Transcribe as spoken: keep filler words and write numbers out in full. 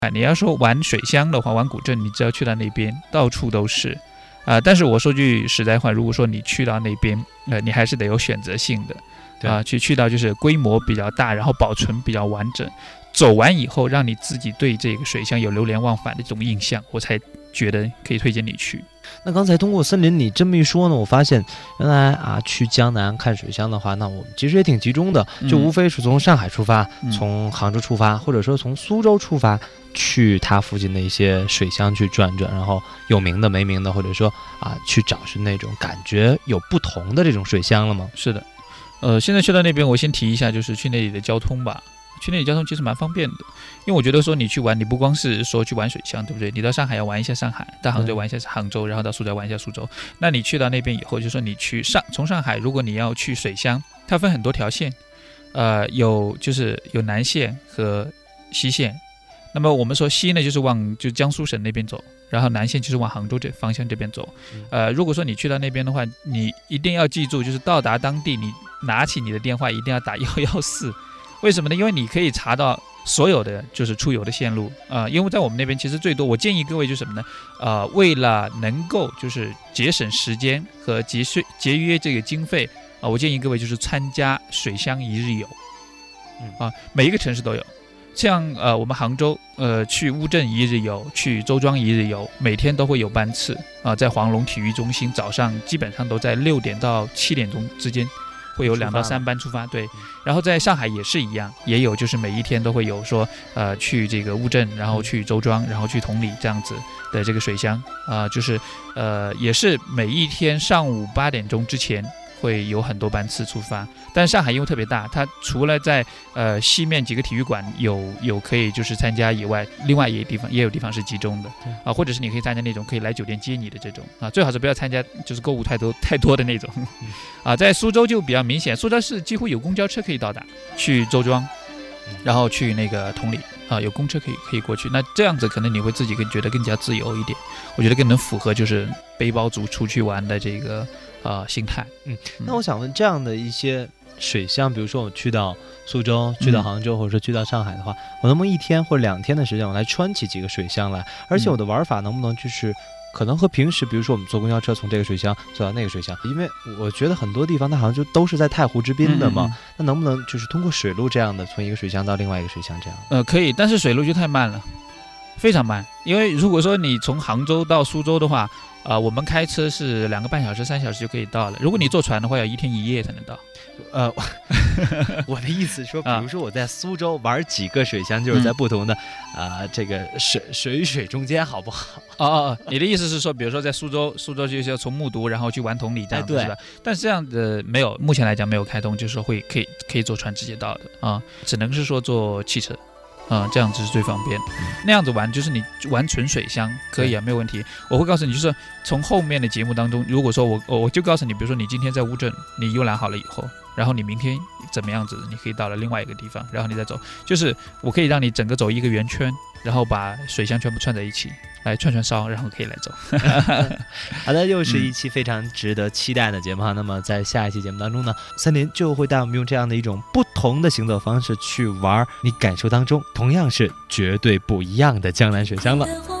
啊，你要说玩水乡的话，玩古镇，你只要去到那边，到处都是，啊、呃，但是我说句实在话，如果说你去到那边，呃，你还是得有选择性的，啊、呃，去去到就是规模比较大，然后保存比较完整，走完以后，让你自己对这个水乡有流连忘返的这种印象，我才觉得可以推荐你去。 那刚才通过森林你这么一说呢，我发现原来啊去江南看水乡的话，那我们其实也挺集中的，就无非是从上海出发，嗯、从杭州出发，或者说从苏州出发，去它附近的一些水乡去转转，然后有名的没名的，或者说啊去找是那种感觉有不同的这种水乡了吗？ 是的，呃，现在去到那边，我先提一下，就是去那里的交通吧。去那里交通其实蛮方便的，因为我觉得说你去玩，你不光是说去玩水乡，对不对？你到上海要玩一下上海，到杭州玩一下杭州，然后到苏州玩一下苏州。那你去到那边以后，就说你去上从上海，如果你要去水乡，它分很多条线，呃，有就是有南线和西线。那么我们说西呢，就是往就江苏省那边走，然后南线就是往杭州这方向这边走。呃，如果说你去到那边的话，你一定要记住，就是到达当地，你拿起你的电话一定要打一一四。为什么呢？因为你可以查到所有的就是出游的线路啊、呃，因为在我们那边其实最多，我建议各位就是什么呢？呃，为了能够就是节省时间和节税节约这个经费啊、呃，我建议各位就是参加水乡一日游，啊、呃，每一个城市都有。像呃我们杭州呃去乌镇一日游，去周庄一日游，每天都会有班次啊、呃，在黄龙体育中心早上基本上都在六点到七点钟之间。会有两到三班出发，对，然后在上海也是一样，也有就是每一天都会有说，呃，去这个乌镇，然后去周庄，然后去同里这样子的这个水乡啊、呃，就是呃也是每一天上午八点钟之前会有很多班次出发。但上海因为特别大，它除了在呃西面几个体育馆有有可以就是参加以外，另外也有地方也有地方是集中的啊、呃，或者是你可以参加那种可以来酒店接你的这种啊，最好是不要参加就是购物太多太多的那种啊。在苏州就比较明显，苏州是几乎有公交车可以到达去周庄，然后去那个同里啊，有公车可以可以过去。那这样子可能你会自己更觉得更加自由一点，我觉得更能符合就是背包族出去玩的这个呃心态。 嗯，那我想问这样的一些水乡，比如说我去到苏州，去到杭州，或者说去到上海的话，我能不能一天或者两天的时间我来穿起几个水乡来？而且我的玩法能不能就是可能和平时比如说我们坐公交车从这个水乡坐到那个水乡，因为我觉得很多地方它好像就都是在太湖之滨的嘛，嗯嗯嗯，那能不能就是通过水路这样的从一个水乡到另外一个水乡这样？ 呃，可以，但是水路就太慢了，非常慢。因为如果说你从杭州到苏州的话，呃，我们开车是两个半小时、三小时就可以到了。如果你坐船的话，要一天一夜才能到。 呃，我的意思说，比如说我在苏州玩几个水乡，就是在不同的啊、呃、这个水水水中间，好不好？ 哦哦，你的意思是说，比如说在苏州，苏州就是要从木渎，然后去玩同里这样子、哎、是吧？但是这样的没有，目前来讲没有开通，就是说会可以可以坐船直接到的啊，只能是说坐汽车。啊、嗯，这样子是最方便的。那样子玩就是你玩纯水乡可以啊，没有问题。我会告诉你，就是从后面的节目当中，如果说我我就告诉你，比如说你今天在乌镇，你游览好了以后，然后你明天怎么样子，你可以到了另外一个地方，然后你再走，就是我可以让你整个走一个圆圈，然后把水乡全部串在一起，来串串烧，然后可以来走。 好的，又是一期非常值得期待的节目哈、嗯。那么在下一期节目当中呢，森林就会带我们用这样的一种不同的行走方式去玩你感受当中同样是绝对不一样的江南水乡了。